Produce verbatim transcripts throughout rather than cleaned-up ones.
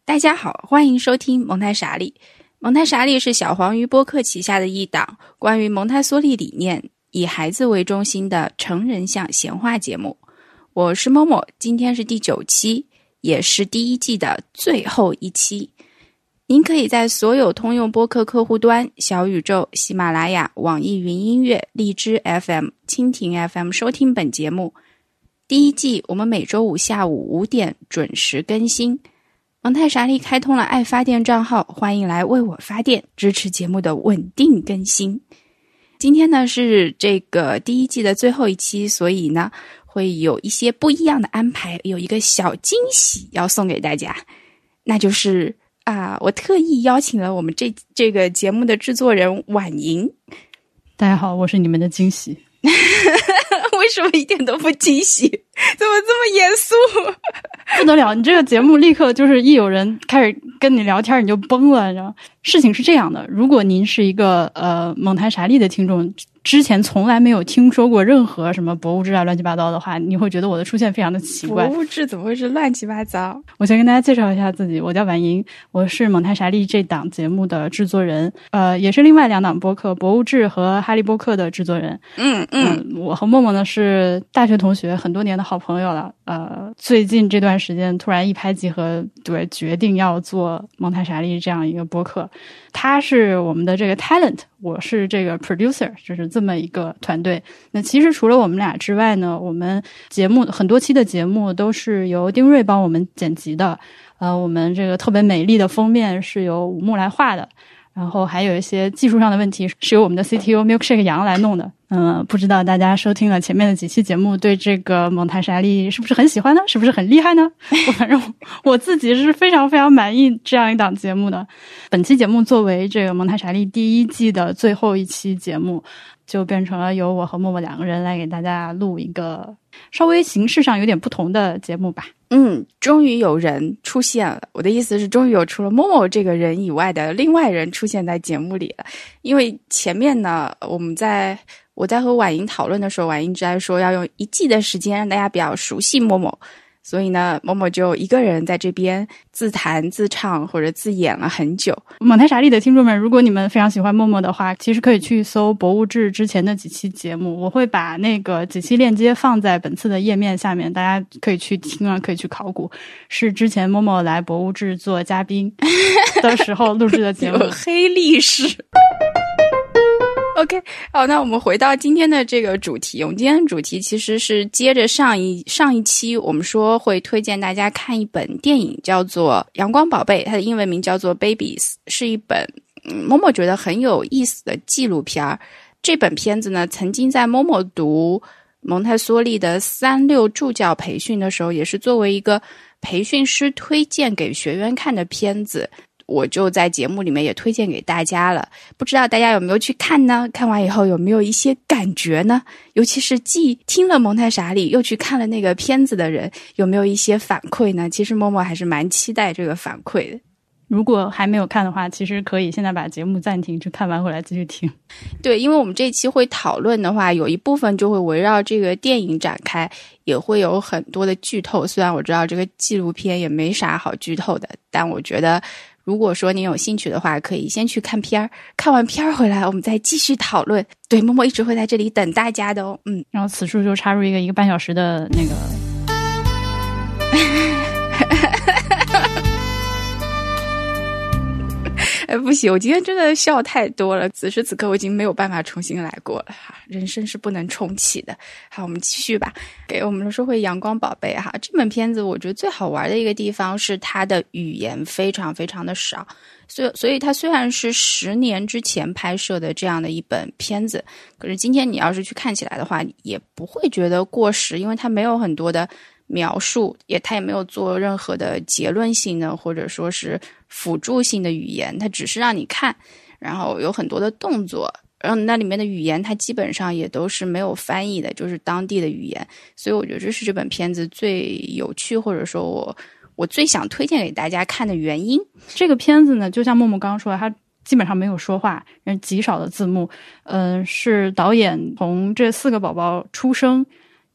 大家好，欢迎收听蒙台傻利。蒙台傻利是小黄鱼播客旗下的一档关于蒙台梭利理念、以孩子为中心的成人向闲话节目。我是某某，今天是第九期，也是第一季的最后一期。您可以在所有通用播客客户端、小宇宙、喜马拉雅、网易云音乐、荔枝 F M、蜻蜓 F M 收听本节目。第一季我们每周五下午五点准时更新。蒙太傻利开通了爱发电账号，欢迎来为我发电，支持节目的稳定更新。今天呢是这个第一季的最后一期，所以呢会有一些不一样的安排，有一个小惊喜要送给大家，那就是啊，我特意邀请了我们这这个节目的制作人婉莹。 大家好，我是你们的惊喜。 为什么一点都不惊喜？怎么这么严肃？ 不得了，你这个节目立刻就是一有人开始跟你聊天你就崩了，你知道吗？事情是这样的，如果您是一个呃蒙台傻利的听众，之前从来没有听说过任何什么博物志啊乱七八糟的话，你会觉得我的出现非常的奇怪。 博物志怎么会是乱七八糟？ 我先跟大家介绍一下自己，我叫婉莹，我是蒙台傻利这档节目的制作人，呃，也是另外两档播客博物志和哈利波特的制作人。 嗯嗯、 呃，我和默默呢是大学同学，很多年的好朋友了。呃，最近这段时间突然一拍即合，对，决定要做蒙台傻利这样一个播客。他是我们的这个 talent， 我是这个 producer， 就是这么一个团队。那其实除了我们俩之外呢，我们节目很多期的节目都是由丁瑞帮我们剪辑的。呃，我们这个特别美丽的封面是由武木来画的。然后还有一些技术上的问题是由我们的 C T O Milkshake 杨来弄的。嗯，不知道大家收听了前面的几期节目，对这个蒙台傻利是不是很喜欢呢？是不是很厉害呢？我反正我自己是非常非常满意这样一档节目的。本期节目作为这个蒙台傻利第一季的最后一期节目，就变成了由我和默默两个人来给大家录一个稍微形式上有点不同的节目吧。 嗯，终于有人出现了。我的意思是，终于有除了某某这个人以外的另外人出现在节目里了。因为前面呢，我们在我在和婉莹讨论的时候，婉莹直在说要用一季的时间让大家比较熟悉某某，所以呢，某某就一个人在这边自弹自唱或者自演了很久。 蒙台傻利的听众们，如果你们非常喜欢默默的话，其实可以去搜博物志之前的几期节目，我会把那个几期链接放在本次的页面下面，大家可以去听啊，可以去考古。是之前默默来博物志做嘉宾的时候录制的节目。 有黑历史。OK， 好，那我们回到今天的这个主题。我们今天的主题其实是接着上一上一期，我们说会推荐大家看一本电影，叫做《阳光宝贝》，它的英文名叫做 Babies， 是一本嗯，某某觉得很有意思的纪录片。这本片子呢，曾经在某某读蒙台梭利的三六助教培训的时候，也是作为一个培训师推荐给学员看的片子。我就在节目里面也推荐给大家了，不知道大家有没有去看呢？看完以后有没有一些感觉呢？尤其是既听了蒙台傻利又去看了那个片子的人，有没有一些反馈呢？其实默默还是蛮期待这个反馈的。 如果还没有看的话，其实可以现在把节目暂停，去看完回来继续听。 对，因为我们这期会讨论的话，有一部分就会围绕这个电影展开，也会有很多的剧透。虽然我知道这个纪录片也没啥好剧透的，但我觉得如果说您有兴趣的话，可以先去看片儿，看完片儿回来我们再继续讨论。对，默默一直会在这里等大家的哦。嗯， 然后此处就插入一个一个半小时的那个哎，不行，我今天真的笑太多了，此时此刻我已经没有办法重新来过了哈，人生是不能重启的。好，我们继续吧。给我们说回阳光宝贝哈，这本片子我觉得最好玩的一个地方是它的语言非常非常的少，所以所以它虽然是十年之前拍摄的这样的一本片子，可是今天你要是去看起来的话，也不会觉得过时，因为它没有很多的描述，也他也没有做任何的结论性的或者说是辅助性的语言，它只是让你看，然后有很多的动作，然后那里面的语言它基本上也都是没有翻译的，就是当地的语言。所以我觉得这是这本片子最有趣，或者说我我最想推荐给大家看的原因。 这个片子呢，就像默默刚刚说的，它基本上没有说话，极少的字幕。嗯、呃，是导演从这四个宝宝出生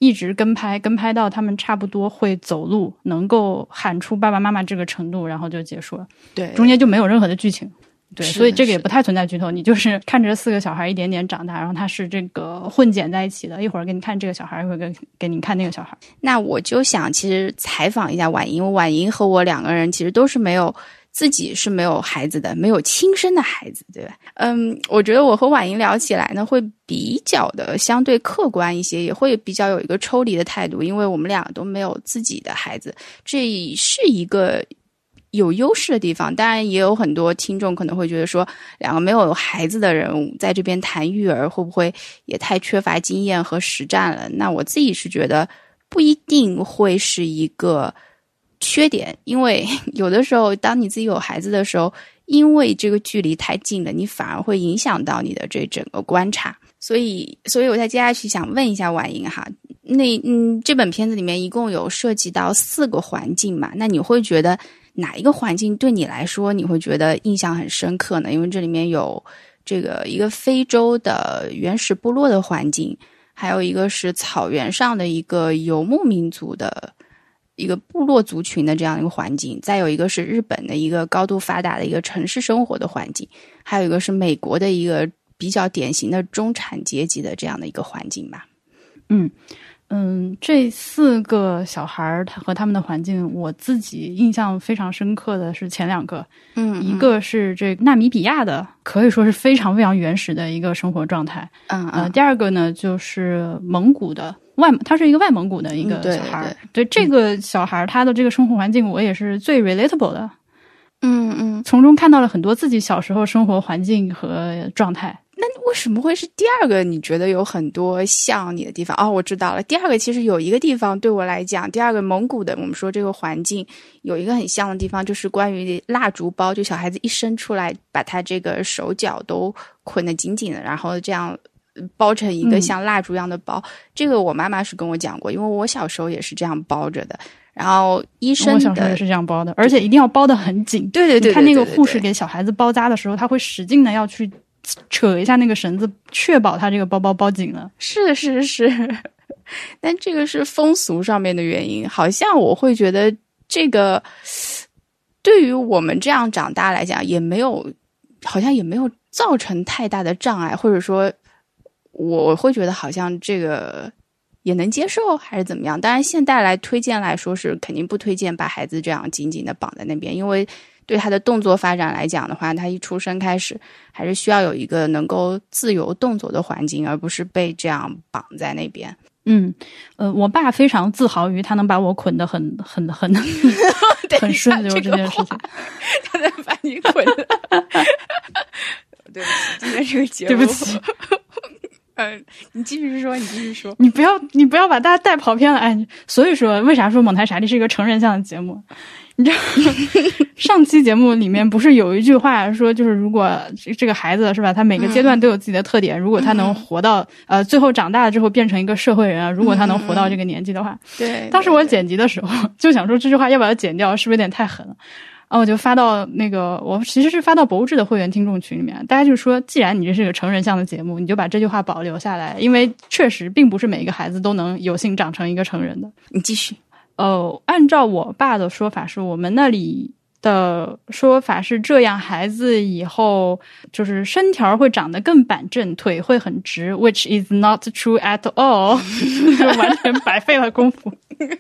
一直跟拍，跟拍到他们差不多会走路，能够喊出爸爸妈妈这个程度，然后就结束了。 对， 中间就没有任何的剧情。对，所以这个也是不太存在剧透，你就是看着四个小孩一点点长大，然后他是这个混剪在一起的，一会儿给你看这个小孩，一会儿给给你看那个小孩。 那我就想其实采访一下婉莹，因为婉莹和我两个人其实都是没有自己是没有孩子的，没有亲生的孩子，对吧？嗯，我觉得我和婉莹聊起来呢，会比较的相对客观一些，也会比较有一个抽离的态度，因为我们两个都没有自己的孩子，这是一个有优势的地方。当然也有很多听众可能会觉得说，两个没有孩子的人在这边谈育儿会不会也太缺乏经验和实战了？那我自己是觉得不一定会是一个缺点，因为有的时候当你自己有孩子的时候，因为这个距离太近了，你反而会影响到你的这整个观察。所以所以我在接下去想问一下婉莹哈，那嗯，这本片子里面一共有涉及到四个环境嘛，那你会觉得哪一个环境对你来说你会觉得印象很深刻呢？因为这里面有这个一个非洲的原始部落的环境，还有一个是草原上的一个游牧民族的一个部落族群的这样一个环境，再有一个是日本的一个高度发达的一个城市生活的环境，还有一个是美国的一个比较典型的中产阶级的这样的一个环境吧。 嗯嗯，这四个小孩他和他们的环境，我自己印象非常深刻的是前两个， 嗯， 一个是这个纳米比亚的，可以说是非常非常原始的一个生活状态。 嗯呃，第二个呢就是蒙古的外，他是一个外蒙古的一个小孩。嗯、对, 对, 对这个小孩他的这个生活环境，我也是最 relatable 的。 嗯嗯， 从中看到了很多自己小时候生活环境和状态。 那为什么会是第二个你觉得有很多像你的地方？哦，我知道了，第二个其实有一个地方对我来讲，第二个蒙古的我们说这个环境有一个很像的地方，就是关于蜡烛包，就小孩子一生出来把他这个手脚都捆得紧紧的，然后这样包成一个像蜡烛一样的包、嗯、这个我妈妈是跟我讲过，因为我小时候也是这样包着的。然后医生的， 我小时候也是这样包的，而且一定要包得很紧。 对对 对, 对, 对, 对, 对, 对， 你看那个护士给小孩子包扎的时候，他会使劲的要去扯一下那个绳子，确保他这个包包包紧了。 是是是，但这个是风俗上面的原因，好像我会觉得这个对于我们这样长大来讲，也没有，好像也没有造成太大的障碍，或者说我会觉得好像这个也能接受，还是怎么样？当然现在来推荐来说是肯定不推荐把孩子这样紧紧的绑在那边，因为对他的动作发展来讲的话，他一出生开始还是需要有一个能够自由动作的环境，而不是被这样绑在那边。 嗯，呃，我爸非常自豪于他能把我捆得很很很很顺溜这件事情， 他在把你捆得对不起，今天这个节目对不起。 嗯，你继续说，你继续说， 你不要，你不要把大家带跑偏了。哎，所以说，为啥说蒙台傻利是一个成人向的节目？你知道，上期节目里面不是有一句话说，就是如果这个孩子是吧，他每个阶段都有自己的特点，嗯、如果他能活到、嗯、呃最后长大了之后变成一个社会人啊，如果他能活到这个年纪的话， 对、嗯。 当时我剪辑的时候就想说这句话要把它剪掉，是不是有点太狠了？然后我就发到那个，我其实是发到博物志的会员听众群里面，大家就说，既然你这是个成人向的节目，你就把这句话保留下来，因为确实并不是每一个孩子都能有幸长成一个成人的。 你继续。 哦，按照我爸的说法，是我们那里的说法是这样，孩子以后就是身条会长得更板正，腿会很直 ，which is not true at all， 就完全白费了功夫。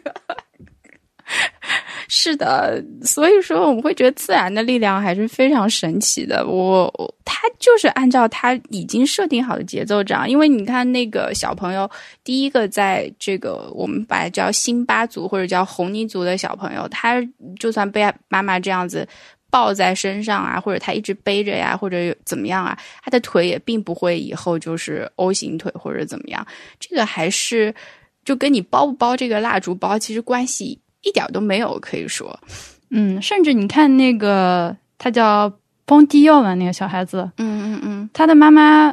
是的，所以说我们会觉得自然的力量还是非常神奇的。我他就是按照他已经设定好的节奏这样，因为你看那个小朋友，第一个在这个我们把它叫辛巴族或者叫红泥族的小朋友，他就算被妈妈这样子抱在身上啊，或者他一直背着呀，或者怎么样啊，他的腿也并不会以后就是 O 型腿或者怎么样。这个还是就跟你包不包这个蜡烛包其实关系一点都没有，可以说。 嗯，甚至你看那个他叫邦迪奥嘛，那个小孩子， 嗯嗯嗯， 他的妈妈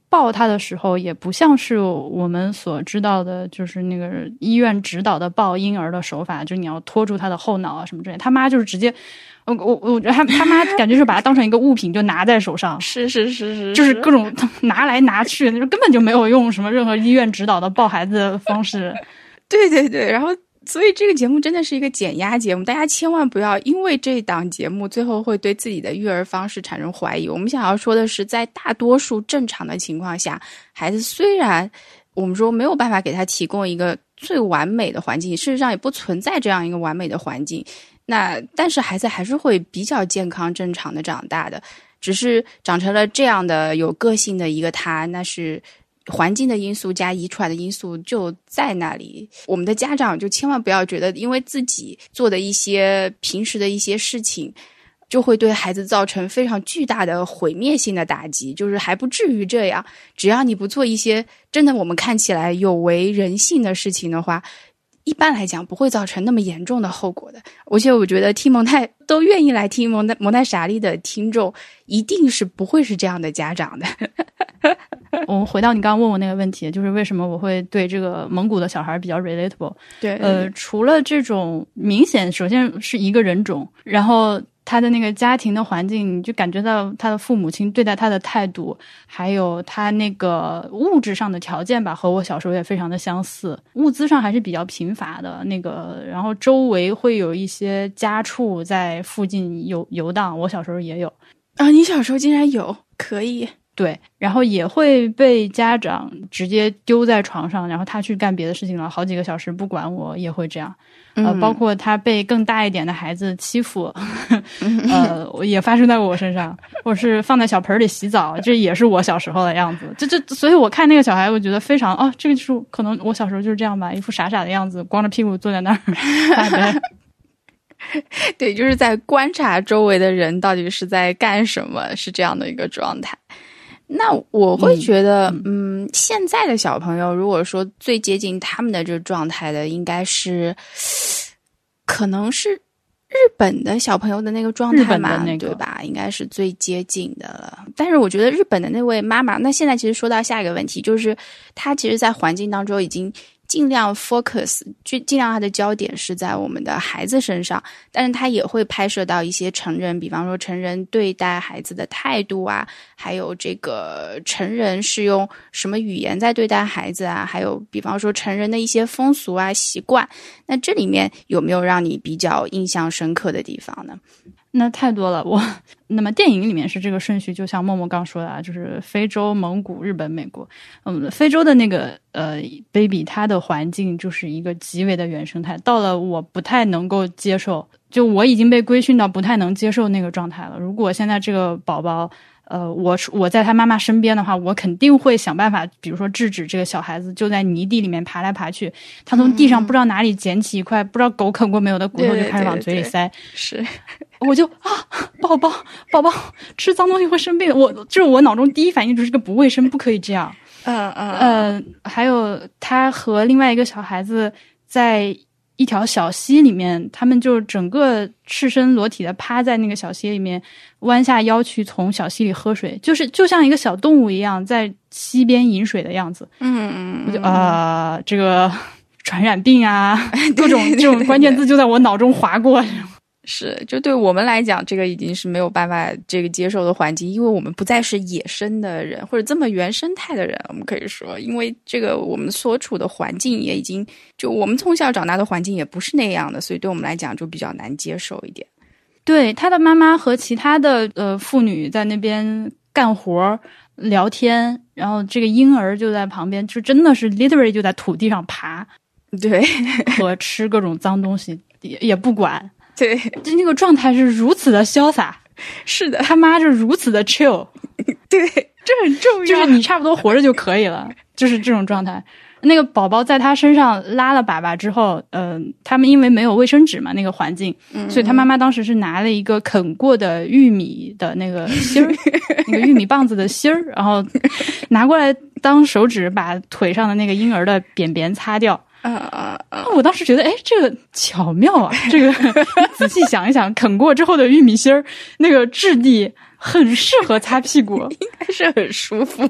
抱他的时候也不像是我们所知道的，就是那个医院指导的抱婴儿的手法，就你要拖住他的后脑啊什么之类的。他妈就是直接，我我我他他妈感觉是把他当成一个物品就拿在手上， 是是是是， 就是各种拿来拿去，那根本就没有用什么任何医院指导的抱孩子的方式。 对对对，然后。所以这个节目真的是一个减压节目，大家千万不要因为这档节目最后会对自己的育儿方式产生怀疑。我们想要说的是，在大多数正常的情况下，孩子虽然我们说没有办法给他提供一个最完美的环境，事实上也不存在这样一个完美的环境，那但是孩子还是会比较健康正常的长大的，只是长成了这样的有个性的一个他，那是环境的因素加遗传的因素就在那里。我们的家长就千万不要觉得因为自己做的一些平时的一些事情就会对孩子造成非常巨大的毁灭性的打击，就是还不至于这样。只要你不做一些真的我们看起来有违人性的事情的话，一般来讲不会造成那么严重的后果的。而且我觉得听蒙太都愿意来听蒙太蒙太傻利的听众一定是不会是这样的家长的。 我们回到你刚刚问我那个问题，就是为什么我会对这个蒙古的小孩比较 relatable。 对， 呃，除了这种明显首先是一个人种，然后他的那个家庭的环境，你就感觉到他的父母亲对待他的态度，还有他那个物质上的条件吧，和我小时候也非常的相似，物资上还是比较贫乏的那个，然后周围会有一些家畜在附近游游荡，我小时候也有啊。你小时候竟然有？可以。 对，然后也会被家长直接丢在床上，然后他去干别的事情了，好几个小时不管我，也会这样。呃，包括他被更大一点的孩子欺负，呃，也发生在我身上，或者是放在小盆里洗澡，这也是我小时候的样子。这这，所以我看那个小孩，我觉得非常哦，这个就是可能我小时候就是这样吧，一副傻傻的样子，光着屁股坐在那儿。 对，就是在观察周围的人到底是在干什么，是这样的一个状态。那我会觉得 嗯, 嗯，现在的小朋友如果说最接近他们的这个状态的，应该是可能是日本的小朋友的那个状态嘛，那个对吧？应该是最接近的了。但是我觉得日本的那位妈妈，那现在其实说到下一个问题，就是她其实在环境当中已经尽量 focus， 就尽量他的焦点是在我们的孩子身上，但是他也会拍摄到一些成人，比方说成人对待孩子的态度啊，还有这个成人是用什么语言在对待孩子啊，还有比方说成人的一些风俗啊习惯。那这里面有没有让你比较印象深刻的地方呢？ 那太多了，我那么电影里面是这个顺序，就像默默刚说的啊，就是非洲、蒙古、日本、美国。嗯，非洲的那个呃 baby， 它的环境就是一个极为的原生态，到了我不太能够接受，就我已经被规训到不太能接受那个状态了。如果现在这个宝宝呃，我我在他妈妈身边的话，我肯定会想办法，比如说制止这个小孩子就在泥地里面爬来爬去，他从地上不知道哪里捡起一块不知道狗啃过没有的骨头就开始往嘴里塞。 对对对对是， 我就啊，宝宝宝宝吃脏东西会生病，我就是我脑中第一反应就是这个不卫生，不可以这样。 嗯嗯呃，还有他和另外一个小孩子在一条小溪里面，他们就整个赤身裸体的趴在那个小溪里面，弯下腰去从小溪里喝水，就是就像一个小动物一样在溪边饮水的样子。 嗯嗯， 我就啊、呃，这个传染病啊，各种这种关键字就在我脑中划过。 是，就对我们来讲，这个已经是没有办法这个接受的环境，因为我们不再是野生的人，或者这么原生态的人，我们可以说，因为这个我们所处的环境也已经，就我们从小长大的环境也不是那样的，所以对我们来讲就比较难接受一点。 对，他的妈妈和其他的呃妇女在那边干活聊天，然后这个婴儿就在旁边，就真的是 literally 就在土地上爬， 对， 和吃各种脏东西，也也不管。 对， 就那个状态是如此的潇洒， 是的， 他妈是如此的 chill， 对，这很重要， 就是你差不多活着就可以了，就是这种状态。那个宝宝在他身上拉了粑粑之后，嗯、呃，他们因为没有卫生纸嘛，那个环境，嗯、所以他妈妈当时是拿了一个啃过的玉米的那个芯儿，那个玉米棒子的芯儿，然后拿过来当手指，把腿上的那个婴儿的便便擦掉。 啊啊啊！ 我当时觉得，哎，这个巧妙啊！这个仔细想一想，啃过之后的玉米芯儿，那个质地很适合擦屁股， 应该是很舒服的。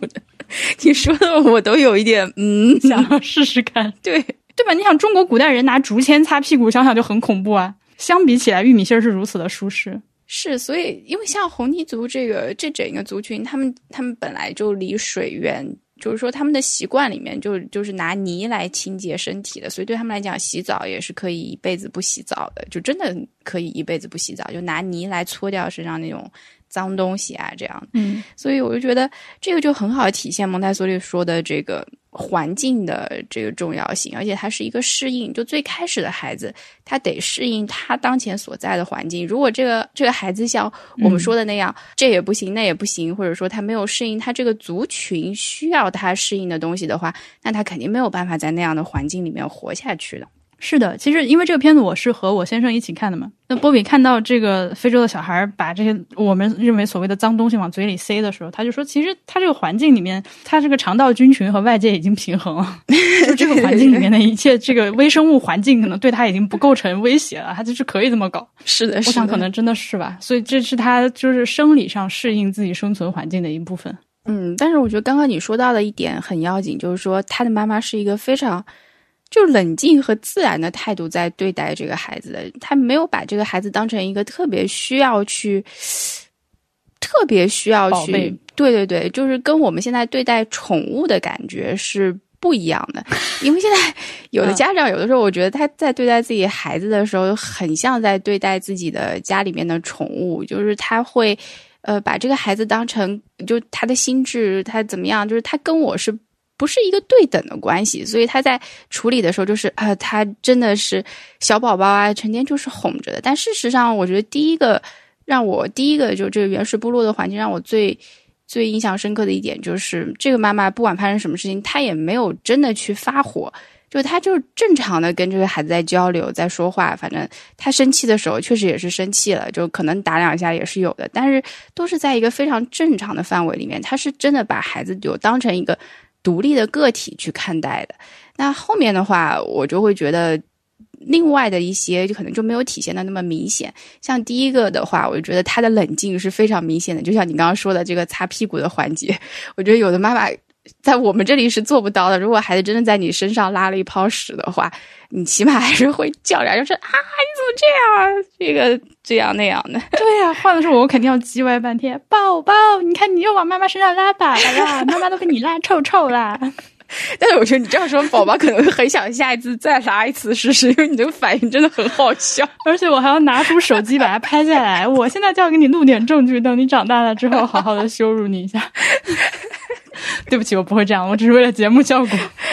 你说的我都有一点嗯， 想要试试看。 对对吧？你想中国古代人拿竹签擦屁股，想想就很恐怖啊。相比起来，玉米芯是如此的舒适。 是，所以因为像红泥族这个这整个族群，他们他们本来就离水源，就是说他们的习惯里面就就是拿泥来清洁身体的，所以对他们来讲，洗澡也是可以一辈子不洗澡的，就真的可以一辈子不洗澡，就拿泥来搓掉身上那种脏东西啊，这样。 嗯， 所以我就觉得这个就很好体现蒙台梭利说的这个环境的这个重要性，而且它是一个适应。就最开始的孩子，他得适应他当前所在的环境。如果这个这个孩子像我们说的那样，嗯、这也不行，那也不行，或者说他没有适应他这个族群需要他适应的东西的话，那他肯定没有办法在那样的环境里面活下去的。 是的，其实因为这个片子我是和我先生一起看的嘛，那波比看到这个非洲的小孩把这些我们认为所谓的脏东西往嘴里塞的时候，他就说其实他这个环境里面，他这个肠道菌群和外界已经平衡了，就这个环境里面的一切这个微生物环境可能对他已经不构成威胁了，他就是可以这么搞。 是的，是的， 我想可能真的是吧，所以这是他就是生理上适应自己生存环境的一部分。 嗯，但是我觉得刚刚你说到的一点很要紧，就是说他的妈妈是一个非常就冷静和自然的态度在对待这个孩子的，他没有把这个孩子当成一个特别需要去特别需要去对对对，就是跟我们现在对待宠物的感觉是不一样的。因为现在有的家长有的时候我觉得他在对待自己孩子的时候很像在对待自己的家里面的宠物，就是他会呃把这个孩子当成就他的心智他怎么样，就是他跟我是不是一个对等的关系，所以他在处理的时候就是啊、呃，他真的是小宝宝啊，成天就是哄着的。但事实上我觉得第一个让我第一个就这个原始部落的环境让我最最印象深刻的一点就是这个妈妈不管发生什么事情，她也没有真的去发火，就她就正常的跟这个孩子在交流在说话，反正她生气的时候确实也是生气了，就可能打两下也是有的，但是都是在一个非常正常的范围里面，她是真的把孩子就当成一个独立的个体去看待的。那后面的话我就会觉得另外的一些就可能就没有体现的那么明显，像第一个的话我就觉得他的冷静是非常明显的，就像你刚刚说的这个擦屁股的环节，我觉得有的妈妈在我们这里是做不到的，如果孩子真的在你身上拉了一泡屎的话，你起码还是会叫两声说啊你怎么这样啊，这个这样那样的。 对呀、啊，换的是我我肯定要叽歪半天，宝宝你看你又往妈妈身上拉粑粑啦，妈妈都给你拉臭臭啦。 但是我觉得你这样说宝宝可能会很想下一次再拉一次试试，因为你这个反应真的很好笑， 而且我还要拿出手机把它拍下来，我现在就要给你录点证据，等你长大了之后好好的羞辱你一下。对不起，我不会这样，我只是为了节目效果。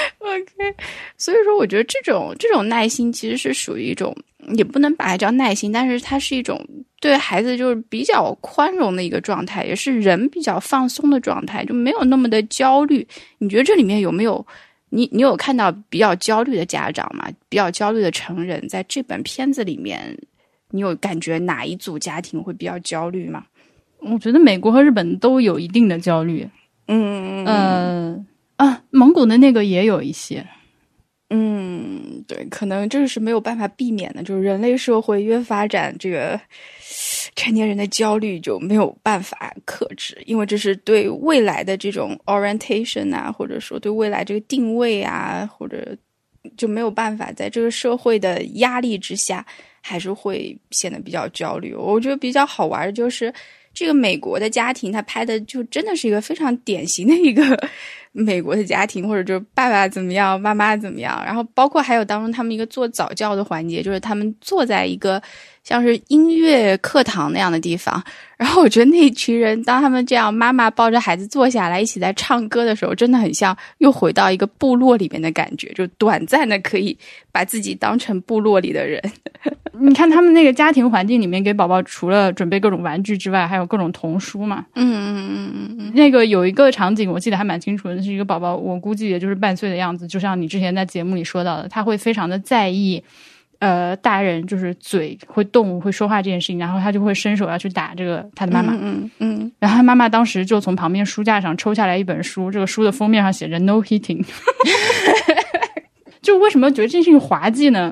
OK， 所以说我觉得这种这种耐心其实是属于一种，也不能把它叫耐心，但是它是一种对孩子就是比较宽容的一个状态，也是人比较放松的状态，就没有那么的焦虑。你觉得这里面有没有你你有看到比较焦虑的家长吗？比较焦虑的成人在这本片子里面，你有感觉哪一组家庭会比较焦虑吗？ 我觉得美国和日本都有一定的焦虑。 嗯呃啊，蒙古的那个也有一些。 嗯，对，可能这是没有办法避免的，就是人类社会越发展，这个成年人的焦虑就没有办法克制，因为这是对未来的这种 orientation 啊，或者说对未来这个定位啊，或者就没有办法在这个社会的压力之下，还是会显得比较焦虑。我觉得比较好玩的就是这个美国的家庭，他拍的就真的是一个非常典型的一个美国的家庭，或者就是爸爸怎么样，妈妈怎么样，然后包括还有当中他们一个做早教的环节，就是他们坐在一个像是音乐课堂那样的地方，然后我觉得那一群人当他们这样妈妈抱着孩子坐下来一起在唱歌的时候，真的很像又回到一个部落里面的感觉，就短暂的可以把自己当成部落里的人。 你看他们那个家庭环境里面给宝宝除了准备各种玩具之外，还有各种童书嘛。 嗯嗯嗯嗯嗯。 那个有一个场景我记得还蛮清楚的，是一个宝宝，我估计也就是半岁的样子，就像你之前在节目里说到的，他会非常的在意呃，大人就是嘴会动会说话这件事情，然后他就会伸手要去打这个他的妈妈。 嗯嗯 嗯, 嗯。 然后他妈妈当时就从旁边书架上抽下来一本书，这个书的封面上写着 No hitting。就为什么觉得这件事情滑稽呢？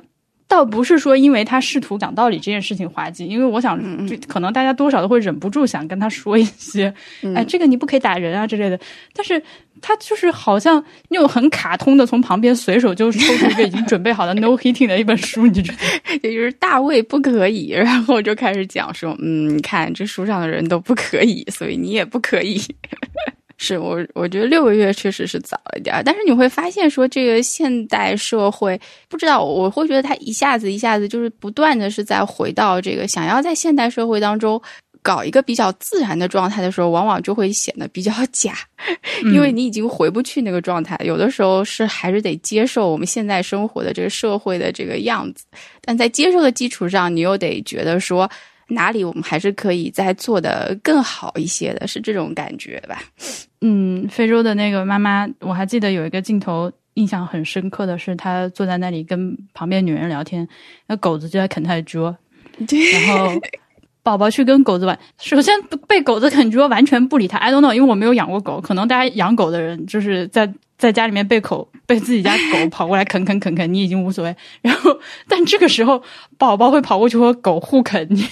倒不是说因为他试图讲道理这件事情滑稽，因为我想就可能大家多少都会忍不住想跟他说一些、嗯、哎，这个你不可以打人啊之类的，但是他就是好像那种很卡通的从旁边随手就抽出一个已经准备好的 no hitting 的一本书，你就觉得也就是大卫不可以，然后就开始讲说嗯，你看这书上的人都不可以，所以你也不可以。是我我觉得六个月确实是早了一点，但是你会发现说这个现代社会，不知道我会觉得它一下子一下子就是不断的是在回到这个想要在现代社会当中搞一个比较自然的状态的时候，往往就会显得比较假，因为你已经回不去那个状态、嗯、有的时候是还是得接受我们现在生活的这个社会的这个样子，但在接受的基础上你又得觉得说哪里我们还是可以再做的更好一些的，是这种感觉吧。 嗯，非洲的那个妈妈，我还记得有一个镜头印象很深刻的是，她坐在那里跟旁边女人聊天，那狗子就在啃她的桌，然后宝宝去跟狗子玩，首先被狗子啃桌完全不理他 I don't know， 因为我没有养过狗，可能大家养狗的人就是在在家里面被狗被自己家狗跑过来啃啃啃啃，你已经无所谓，然后但这个时候宝宝会跑过去和狗互啃你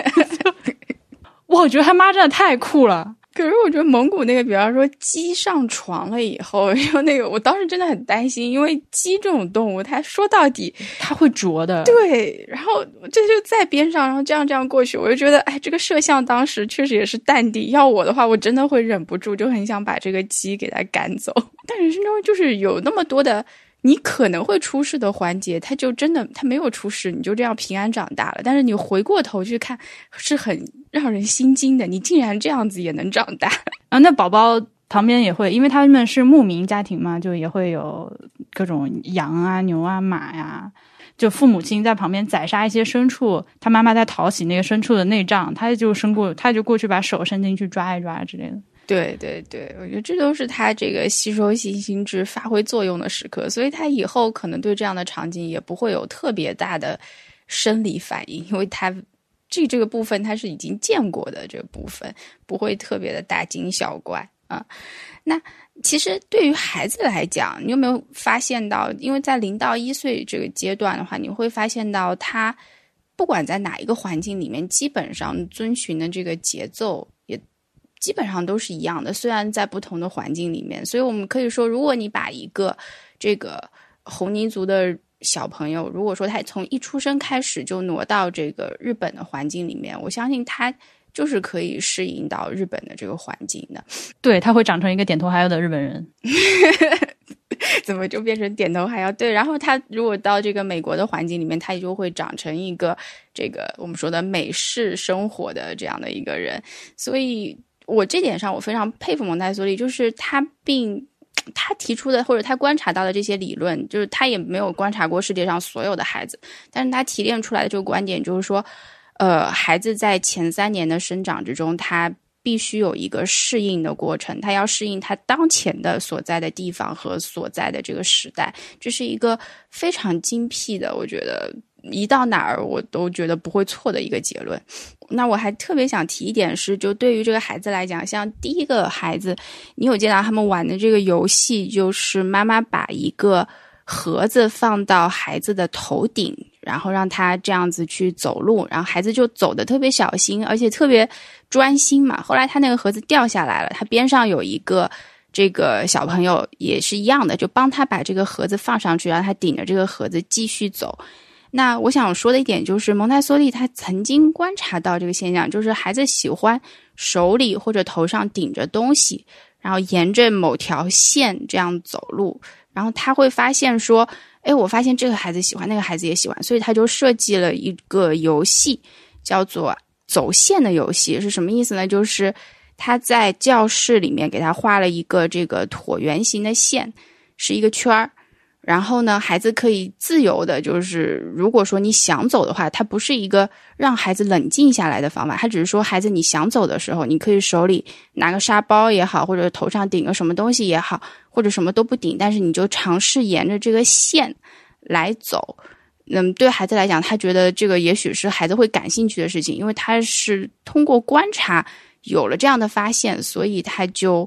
我觉得他妈真的太酷了。 可是我觉得蒙古那个比方说鸡上床了以后，然后那个我当时真的很担心，因为鸡这种动物它说到底它会啄的， 对，然后这就在边上，然后这样这样过去，我就觉得哎，这个摄像当时确实也是淡定，要我的话我真的会忍不住就很想把这个鸡给它赶走。但人生中就是有那么多的你可能会出事的环节，它就真的它没有出事，你就这样平安长大了，但是你回过头去看是很让人心惊的，你竟然这样子也能长大啊！那宝宝旁边也会，因为他们是牧民家庭嘛，就也会有各种羊啊牛啊马呀，就父母亲在旁边宰杀一些牲畜，他妈妈在淘洗那个牲畜的内脏，他就伸过他就过去把手伸进去抓一抓之类的。 对对对，我觉得这都是他这个吸收新心智发挥作用的时刻，所以他以后可能对这样的场景也不会有特别大的生理反应，因为他这这个部分他是已经见过的，这个部分不会特别的大惊小怪啊。那其实对于孩子来讲，你有没有发现到，因为在零到一岁这个阶段的话，你会发现到他不管在哪一个环境里面，基本上遵循的这个节奏也基本上都是一样的，虽然在不同的环境里面。所以我们可以说，如果你把一个这个红尼族的小朋友，如果说他从一出生开始就挪到这个日本的环境里面，我相信他就是可以适应到日本的这个环境的。 对，他会长成一个点头哈腰的日本人怎么就变成点头哈腰？对，然后他如果到这个美国的环境里面，他也就会长成一个这个我们说的美式生活的这样的一个人。所以我这点上我非常佩服蒙台梭利，就是他并他提出的或者他观察到的这些理论，就是他也没有观察过世界上所有的孩子，但是他提炼出来的这个观点就是说，呃，孩子在前三年的生长之中，他必须有一个适应的过程，他要适应他当前的所在的地方和所在的这个时代，这是一个非常精辟的，我觉得一到哪儿我都觉得不会错的一个结论。那我还特别想提一点是，就对于这个孩子来讲，像第一个孩子，你有见到他们玩的这个游戏，就是妈妈把一个盒子放到孩子的头顶，然后让他这样子去走路，然后孩子就走得特别小心，而且特别专心嘛。后来他那个盒子掉下来了，他边上有一个这个小朋友也是一样的，就帮他把这个盒子放上去，让他顶着这个盒子继续走。那我想说的一点就是，蒙台梭利他曾经观察到这个现象，就是孩子喜欢手里或者头上顶着东西，然后沿着某条线这样走路，然后他会发现说，诶，我发现这个孩子喜欢，那个孩子也喜欢，所以他就设计了一个游戏，叫做走线的游戏。是什么意思呢？就是他在教室里面给他画了一个这个椭圆形的线，是一个圈儿。然后呢，孩子可以自由的，就是如果说你想走的话，它不是一个让孩子冷静下来的方法，它只是说孩子你想走的时候，你可以手里拿个沙包也好，或者头上顶个什么东西也好，或者什么都不顶，但是你就尝试沿着这个线来走。嗯，对孩子来讲，他觉得这个也许是孩子会感兴趣的事情，因为他是通过观察有了这样的发现，所以他就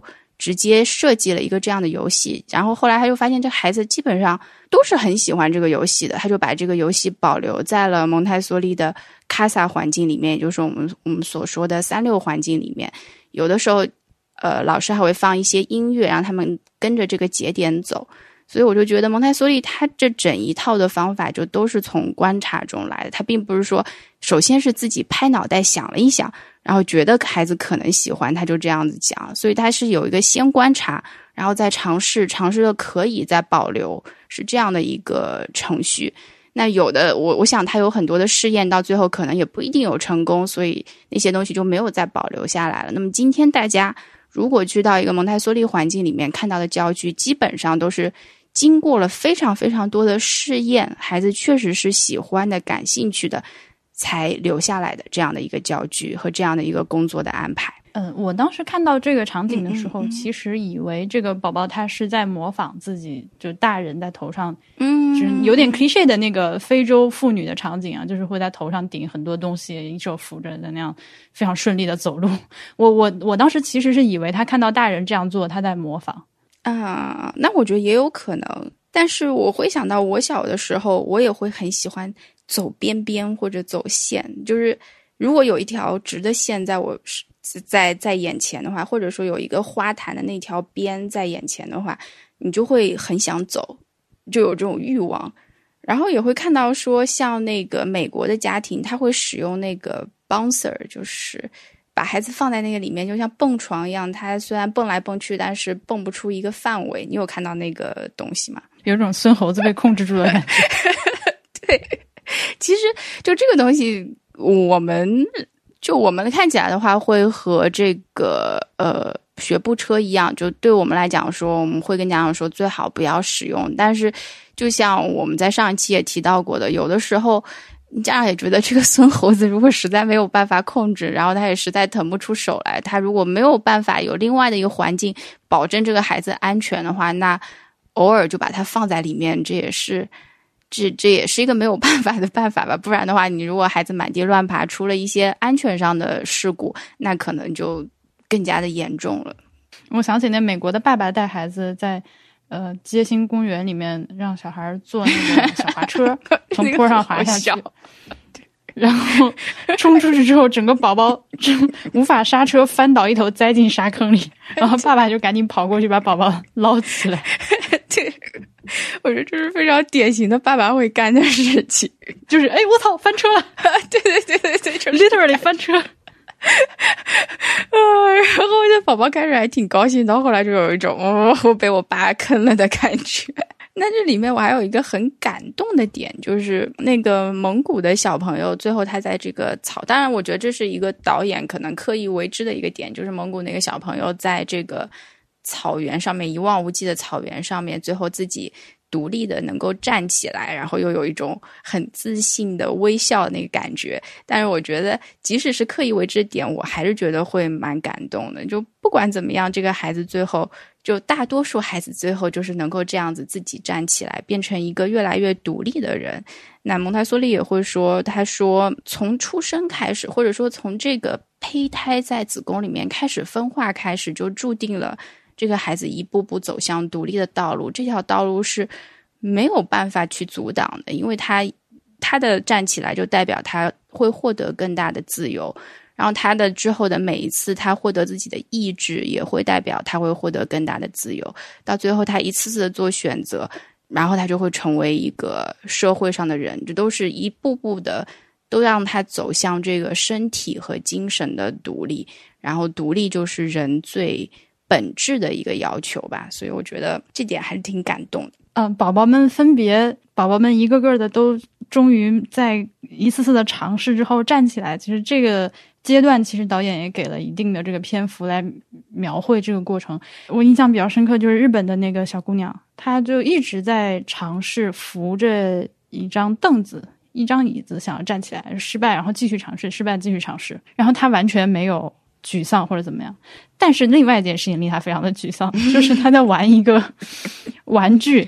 直接设计了一个这样的游戏，然后后来他就发现这孩子基本上都是很喜欢这个游戏的，他就把这个游戏保留在了蒙台梭利的卡萨环境里面，也就是我们我们所说的三六环境里面。有的时候呃，老师还会放一些音乐让他们跟着这个节点走，所以我就觉得蒙台梭利他这整一套的方法就都是从观察中来的，他并不是说首先是自己拍脑袋想了一想，然后觉得孩子可能喜欢他就这样子讲，所以他是有一个先观察然后再尝试，尝试了可以再保留，是这样的一个程序。那有的我我想他有很多的试验到最后可能也不一定有成功，所以那些东西就没有再保留下来了。那么今天大家如果去到一个蒙台梭利环境里面看到的教具，基本上都是经过了非常非常多的试验，孩子确实是喜欢的感兴趣的才留下来的这样的一个教具和这样的一个工作的安排。 嗯，我当时看到这个场景的时候， 嗯嗯嗯其实以为这个宝宝他是在模仿自己，就大人在头上， 嗯， 就是有点 cliché 的那个非洲妇女的场景啊，就是会在头上顶很多东西，一手扶着的那样非常顺利的走路。我我我当时其实是以为他看到大人这样做，他在模仿。 啊、那我觉得也有可能，但是我会想到我小的时候，我也会很喜欢走边边或者走线，就是如果有一条直的线在我在在眼前的话，或者说有一个花坛的那条边在眼前的话，你就会很想走，就有这种欲望。然后也会看到说像那个美国的家庭，他会使用那个 bouncer， 就是把孩子放在那个里面，就像蹦床一样，他虽然蹦来蹦去，但是蹦不出一个范围。你有看到那个东西吗？ 有种孙猴子被控制住的感觉。 对，其实就这个东西，我们就我们看起来的话，会和这个呃学步车一样，就对我们来讲说，我们会跟家长说最好不要使用。但是就像我们在上一期也提到过的，有的时候家长也觉得这个孙猴子如果实在没有办法控制，然后他也实在腾不出手来，他如果没有办法有另外的一个环境保证这个孩子安全的话，那偶尔就把它放在里面，这也是这这也是一个没有办法的办法吧。不然的话，你如果孩子满地乱爬，出了一些安全上的事故，那可能就更加的严重了。 我想起那美国的爸爸带孩子在呃街心公园里面让小孩坐那个小滑车从坡上滑下去，然后冲出去之后整个宝宝无法刹车，翻倒一头栽进沙坑里，然后爸爸就赶紧跑过去把宝宝捞起来。 对，我觉得这是非常典型的爸爸会干的事情， 就是哎我操翻车了。 对对对对对，就是 literally 翻车。 呃，然后这宝宝开始还挺高兴，到后来就有一种哦，我被我爸坑了的感觉。那这里面我还有一个很感动的点，就是那个蒙古的小朋友最后他在这个草，当然我觉得这是一个导演可能刻意为之的一个点，就是蒙古那个小朋友在这个草原上面，一望无际的草原上面，最后自己独立的能够站起来，然后又有一种很自信的微笑的那个感觉。但是我觉得即使是刻意为之的点，我还是觉得会蛮感动的。就不管怎么样，这个孩子最后就大多数孩子最后就是能够这样子自己站起来，变成一个越来越独立的人。那蒙台梭利也会说，他说从出生开始，或者说从这个胚胎在子宫里面开始分化开始，就注定了这个孩子一步步走向独立的道路。这条道路是没有办法去阻挡的，因为他他的站起来就代表他会获得更大的自由，然后他的之后的每一次他获得自己的意志也会代表他会获得更大的自由，到最后他一次次的做选择，然后他就会成为一个社会上的人。这都是一步步的都让他走向这个身体和精神的独立，然后独立就是人最本质的一个要求吧。所以我觉得这点还是挺感动的。 嗯、呃，宝宝们分别宝宝们一个个的都终于在一次次的尝试之后站起来。其实这个阶段其实导演也给了一定的这个篇幅来描绘这个过程。我印象比较深刻就是日本的那个小姑娘，她就一直在尝试扶着一张凳子一张椅子想要站起来，失败然后继续尝试，失败继续尝试，然后她完全没有沮丧或者怎么样。但是另外一件事情令她非常的沮丧，就是她在玩一个玩具，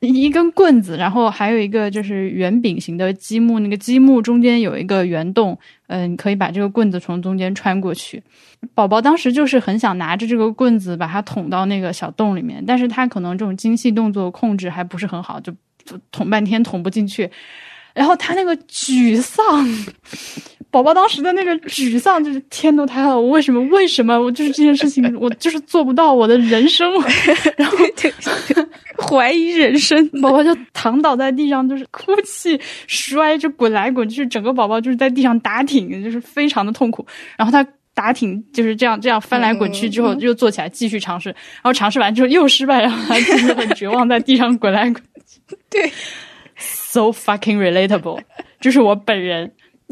一根棍子，然后还有一个就是圆饼型的积木，那个积木中间有一个圆洞，嗯、呃，你可以把这个棍子从中间穿过去。宝宝当时就是很想拿着这个棍子把它捅到那个小洞里面，但是他可能这种精细动作控制还不是很好，就就捅半天捅不进去。然后他那个沮丧，宝宝当时的那个沮丧就是天都塌了，我为什么为什么我就是这件事情我就是做不到我的人生，然后怀疑人生， 宝宝就躺倒在地上就是哭泣摔着滚来滚去，整个宝宝就是在地上打挺，就是非常的痛苦。然后他打挺就是这样这样翻来滚去之后又坐起来继续尝试，然后尝试完之后又失败，然后他就是很绝望在地上滚来滚去。 对 ，so fucking relatable， 就是我本人。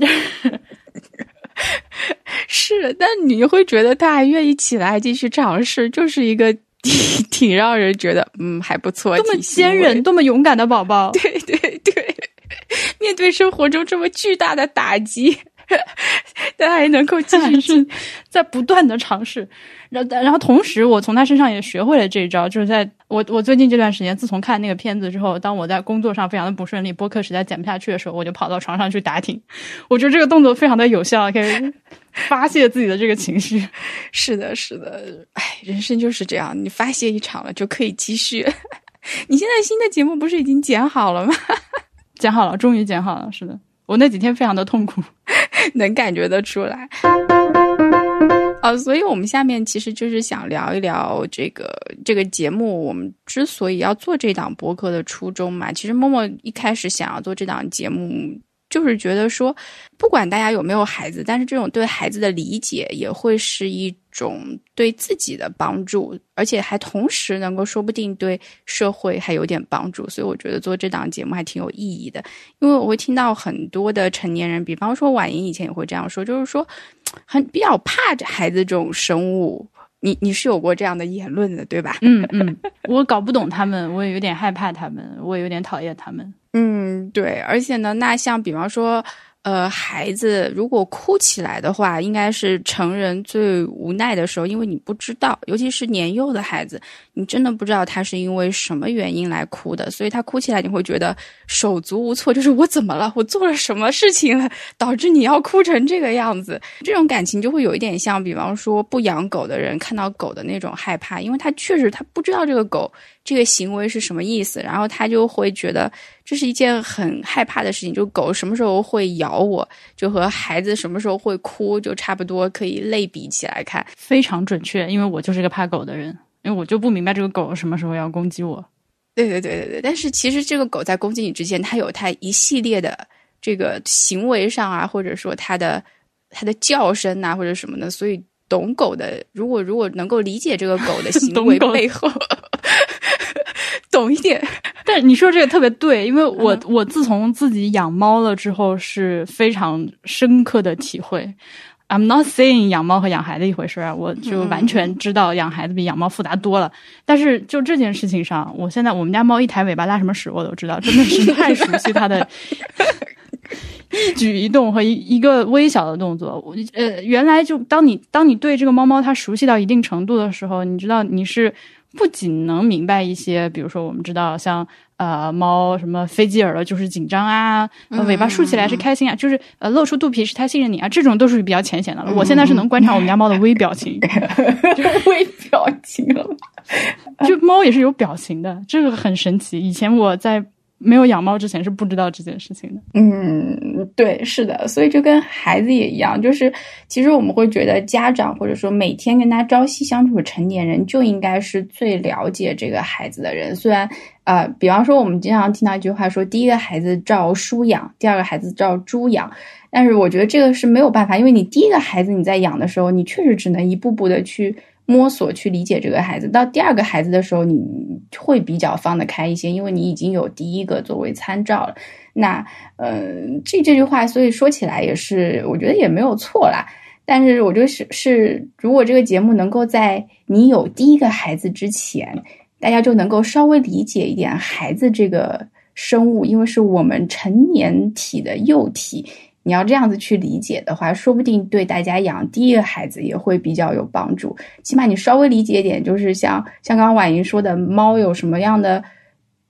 是，但你会觉得他还愿意起来继续尝试，就是一个挺挺让人觉得嗯还不错， 多么坚韧多么勇敢的宝宝。 对对对，面对生活中这么巨大的打击但还能够继续是在不断的尝试。然后然后同时我从他身上也学会了这一招，就是在我我最近这段时间自从看那个片子之后，当我在工作上非常的不顺利，播客实在剪不下去的时候，我就跑到床上去打挺。我觉得这个动作非常的有效，可以发泄自己的这个情绪。 是的是的，哎，人生就是这样，你发泄一场了就可以继续。你现在新的节目不是已经剪好了吗？ 剪好了，终于剪好了。是的，我那几天非常的痛苦， 能感觉得出来。哦，所以我们下面其实就是想聊一聊这个这个节目，我们之所以要做这档播客的初衷嘛。其实默默一开始想要做这档节目，就是觉得说，不管大家有没有孩子，但是这种对孩子的理解也会是一种对自己的帮助，而且还同时能够说不定对社会还有点帮助。所以我觉得做这档节目还挺有意义的，因为我会听到很多的成年人，比方说婉莹以前也会这样说，就是说很比较怕孩子这种生物。你你是有过这样的言论的对吧？ 嗯嗯，我搞不懂他们，我也有点害怕他们，我也有点讨厌他们。 嗯，对，而且呢，那像比方说呃，孩子如果哭起来的话，应该是成人最无奈的时候，因为你不知道，尤其是年幼的孩子，你真的不知道他是因为什么原因来哭的，所以他哭起来你会觉得手足无措，就是我怎么了，我做了什么事情了，导致你要哭成这个样子。这种感情就会有一点像比方说不养狗的人看到狗的那种害怕，因为他确实他不知道这个狗这个行为是什么意思，然后他就会觉得这是一件很害怕的事情，就狗什么时候会咬我，就和孩子什么时候会哭就差不多可以类比起来看。 非常准确，因为我就是个怕狗的人，因为我就不明白这个狗什么时候要攻击我。 对对对对对，但是其实这个狗在攻击你之前，它有它一系列的这个行为上啊，或者说它的它的叫声啊或者什么的，所以懂狗的如果如果能够理解这个狗的行为背后懂一点。 但你说这个特别对，因为我、嗯、我自从自己养猫了之后是非常深刻的体会。I'm not saying 养猫和养孩子一回事啊，我就完全知道养孩子比养猫复杂多了、嗯、但是就这件事情上，我现在我们家猫一抬尾巴拉什么屎我都知道，真的是太熟悉它的一举一动和一一个微小的动作。呃，原来就当你当你对这个猫猫它熟悉到一定程度的时候，你知道你是不仅能明白一些，比如说我们知道像呃猫什么飞机耳朵就是紧张啊，呃尾巴竖起来是开心啊，嗯、就是呃露出肚皮是它信任你啊，这种都是比较浅显的了。嗯、我现在是能观察我们家猫的微表情， 就是微表情了， 就猫也是有表情的，这个很神奇。以前我在没有养猫之前是不知道这件事情的。 嗯，对，是的，所以就跟孩子也一样，就是其实我们会觉得家长或者说每天跟他朝夕相处的成年人就应该是最了解这个孩子的人。虽然呃，比方说我们经常听到一句话说，第一个孩子照书养，第二个孩子照猪养，但是我觉得这个是没有办法，因为你第一个孩子你在养的时候，你确实只能一步步的去摸索去理解这个孩子，到第二个孩子的时候你会比较放得开一些，因为你已经有第一个作为参照了。那呃，这这句话所以说起来也是我觉得也没有错啦，但是我觉得是是如果这个节目能够在你有第一个孩子之前，大家就能够稍微理解一点孩子这个生物，因为是我们成年体的幼体，你要这样子去理解的话，说不定对大家养第一个孩子也会比较有帮助。起码你稍微理解一点，就是像像刚刚婉莹说的，猫有什么样的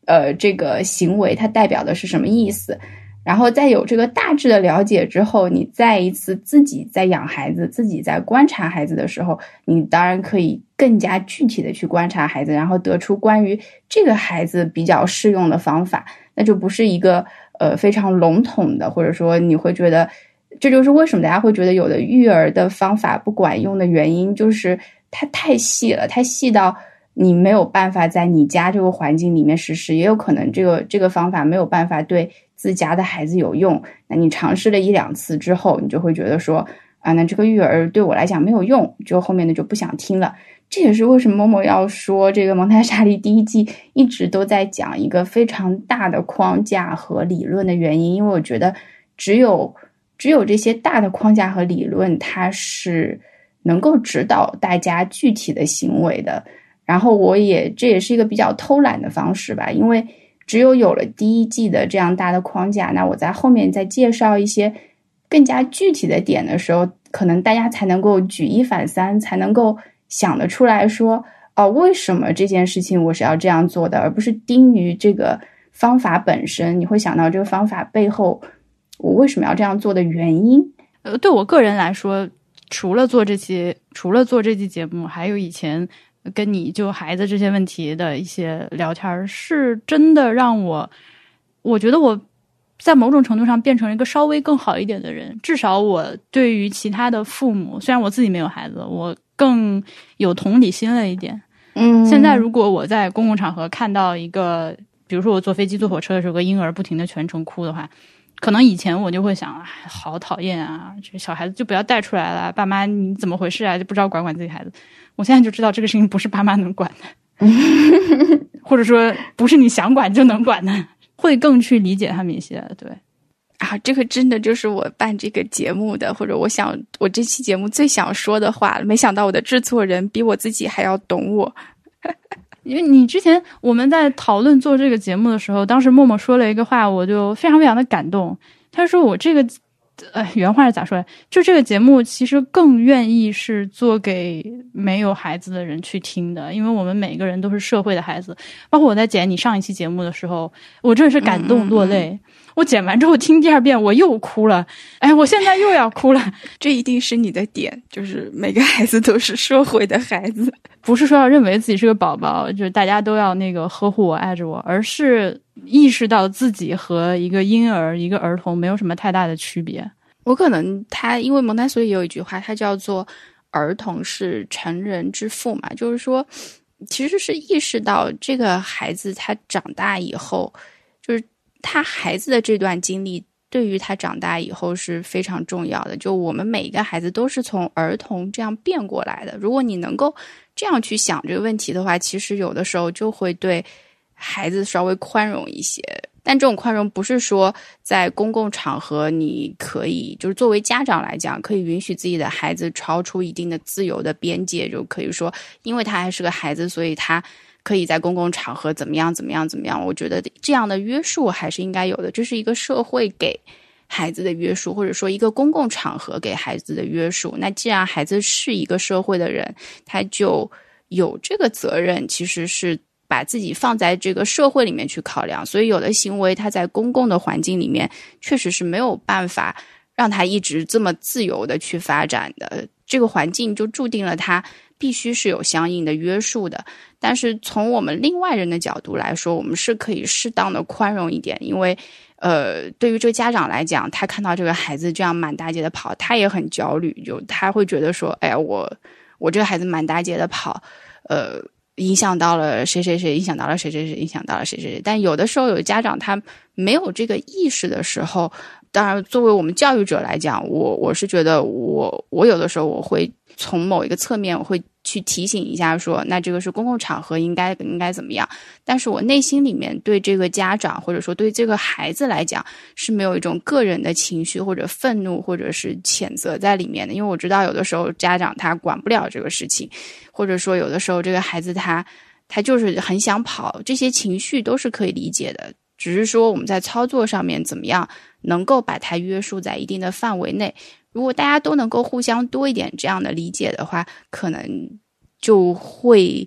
呃这个行为它代表的是什么意思。然后在有这个大致的了解之后，你再一次自己在养孩子，自己在观察孩子的时候，你当然可以更加具体的去观察孩子，然后得出关于这个孩子比较适用的方法。那就不是一个呃非常笼统的，或者说你会觉得，这就是为什么大家会觉得有的育儿的方法不管用的原因，就是它太细了，太细到你没有办法在你家这个环境里面实施，也有可能这个这个方法没有办法对自家的孩子有用。那你尝试了一两次之后，你就会觉得说啊，那这个育儿对我来讲没有用，就后面的就不想听了。这也是为什么默默要说这个蒙台莎利第一季一直都在讲一个非常大的框架和理论的原因，因为我觉得只有只有这些大的框架和理论，它是能够指导大家具体的行为的。然后我也这也是一个比较偷懒的方式吧，因为只有有了第一季的这样大的框架，那我在后面再介绍一些更加具体的点的时候，可能大家才能够举一反三，才能够想得出来说，哦，为什么这件事情我是要这样做的，而不是盯于这个方法本身。你会想到这个方法背后我为什么要这样做的原因。 呃，对我个人来说，除了做这期除了做这期节目，还有以前跟你就孩子这些问题的一些聊天，是真的让我我觉得我在某种程度上变成一个稍微更好一点的人。至少我对于其他的父母，虽然我自己没有孩子，我更有同理心了一点。 嗯， 现在如果我在公共场合看到一个，比如说我坐飞机坐火车的时候，个婴儿不停的全程哭的话，可能以前我就会想，哎，好讨厌啊，这小孩子就不要带出来了，爸妈你怎么回事啊，就不知道管管自己孩子。我现在就知道这个事情不是爸妈能管的或者说不是你想管就能管的，会更去理解他们一些。对啊，这个真的就是我办这个节目的，或者我想我这期节目最想说的话，没想到我的制作人比我自己还要懂我因为你之前我们在讨论做这个节目的时候，当时默默说了一个话，我就非常非常的感动。他说我这个呃，原话是咋说来？就这个节目其实更愿意是做给没有孩子的人去听的，因为我们每个人都是社会的孩子。包括我在剪你上一期节目的时候，我真的是感动落泪。嗯嗯嗯，我剪完之后听第二遍，我又哭了。哎，我现在又要哭了。 这一定是你的点，就是每个孩子都是社会的孩子， 不是说要认为自己是个宝宝，就是大家都要那个呵护我、爱着我，而是意识到自己和一个婴儿、一个儿童没有什么太大的区别。 我可能他因为蒙台梭利有一句话，它叫做儿童是成人之父嘛，就是说其实是意识到这个孩子他长大以后，就是他孩子的这段经历对于他长大以后是非常重要的。就我们每一个孩子都是从儿童这样变过来的，如果你能够这样去想这个问题的话，其实有的时候就会对孩子稍微宽容一些。但这种宽容不是说在公共场合你可以就是作为家长来讲可以允许自己的孩子超出一定的自由的边界，就可以说因为他还是个孩子，所以他可以在公共场合怎么样怎么样怎么样。我觉得这样的约束还是应该有的，这是一个社会给孩子的约束，或者说一个公共场合给孩子的约束。那既然孩子是一个社会的人，他就有这个责任，其实是把自己放在这个社会里面去考量。所以有的行为他在公共的环境里面确实是没有办法让他一直这么自由的去发展的，这个环境就注定了他必须是有相应的约束的。但是从我们另外人的角度来说，我们是可以适当的宽容一点，因为呃，对于这个家长来讲，他看到这个孩子这样满大街的跑，他也很焦虑，就他会觉得说，哎呀，我我这个孩子满大街的跑，呃影响到了谁谁谁，影响到了谁谁谁，影响到了谁谁谁。但有的时候有家长他没有这个意识的时候，当然作为我们教育者来讲，我我是觉得我我有的时候我会从某一个侧面我会去提醒一下说，那这个是公共场合应该应该怎么样。但是我内心里面对这个家长或者说对这个孩子来讲是没有一种个人的情绪或者愤怒或者是谴责在里面的，因为我知道有的时候家长他管不了这个事情，或者说有的时候这个孩子他他就是很想跑，这些情绪都是可以理解的，只是说我们在操作上面怎么样能够把它约束在一定的范围内。如果大家都能够互相多一点这样的理解的话，可能就会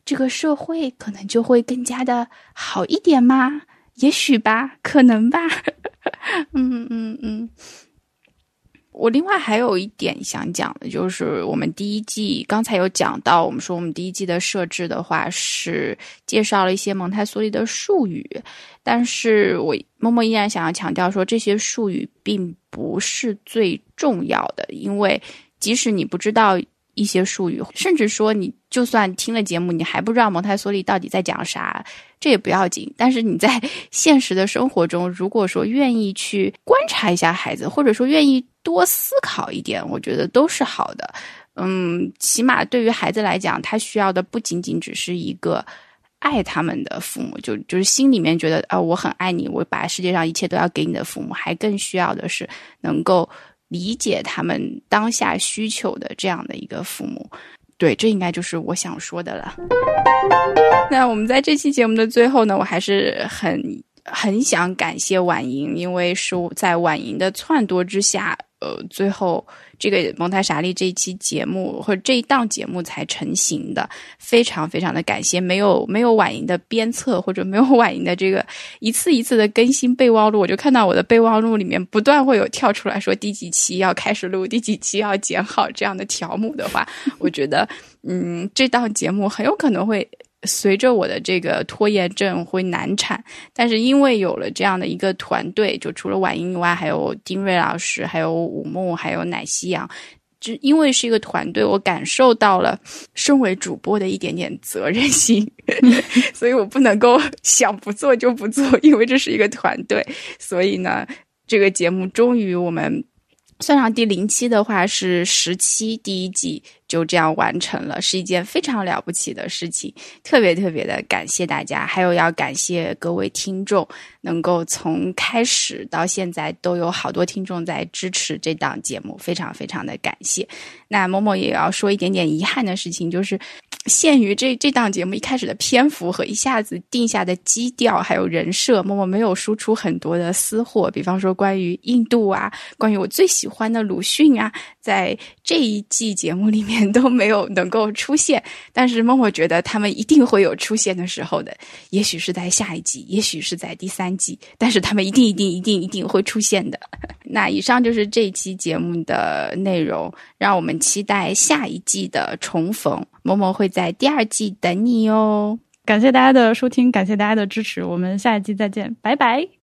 这个社会可能就会更加的好一点吗？也许吧，可能吧。嗯嗯嗯。我另外还有一点想讲的，就是我们第一季刚才有讲到，我们说我们第一季的设置的话是介绍了一些蒙台梭利的术语，但是我默默依然想要强调说，这些术语并不是最重要的，因为即使你不知道一些术语，甚至说你就算听了节目，你还不知道蒙台梭利到底在讲啥，这也不要紧。但是你在现实的生活中，如果说愿意去观察一下孩子，或者说愿意多思考一点，我觉得都是好的。嗯，起码对于孩子来讲，他需要的不仅仅只是一个爱他们的父母，就就是心里面觉得啊、呃，我很爱你，我把世界上一切都要给你的父母，还更需要的是能够理解他们当下需求的这样的一个父母。对，这应该就是我想说的了。那我们在这期节目的最后呢，我还是很很想感谢婉莹，因为是在婉莹的撺掇之下，呃，最后这个蒙台傻利这一期节目或者这一档节目才成型的，非常非常的感谢。没有没有婉莹的鞭策，或者没有婉莹的这个一次一次的更新备忘录，我就看到我的备忘录里面不断会有跳出来说第几期要开始录，第几期要剪好这样的条目的话，我觉得嗯，这档节目很有可能会随着我的这个拖延症会难产，但是因为有了这样的一个团队，就除了婉莹以外，还有丁瑞老师，还有武木，还有乃西阳，就因为是一个团队，我感受到了身为主播的一点点责任心所以我不能够想不做就不做，因为这是一个团队。所以呢，这个节目终于我们算上第零期的话是十期，第一季就这样完成了，是一件非常了不起的事情，特别特别的感谢大家，还有要感谢各位听众，能够从开始到现在都有好多听众在支持这档节目，非常非常的感谢。那某某也要说一点点遗憾的事情，就是限于这这档节目一开始的篇幅和一下子定下的基调还有人设，某某没有输出很多的私货，比方说关于印度啊，关于我最喜欢的鲁迅啊，在这一季节目里面都没有能够出现，但是默默觉得他们一定会有出现的时候的，也许是在下一季，也许是在第三季，但是他们一定一定一定一定会出现的。那以上就是这一期节目的内容，让我们期待下一季的重逢，默默会在第二季等你哦。 感谢大家的收听，感谢大家的支持，我们下一季再见，拜拜。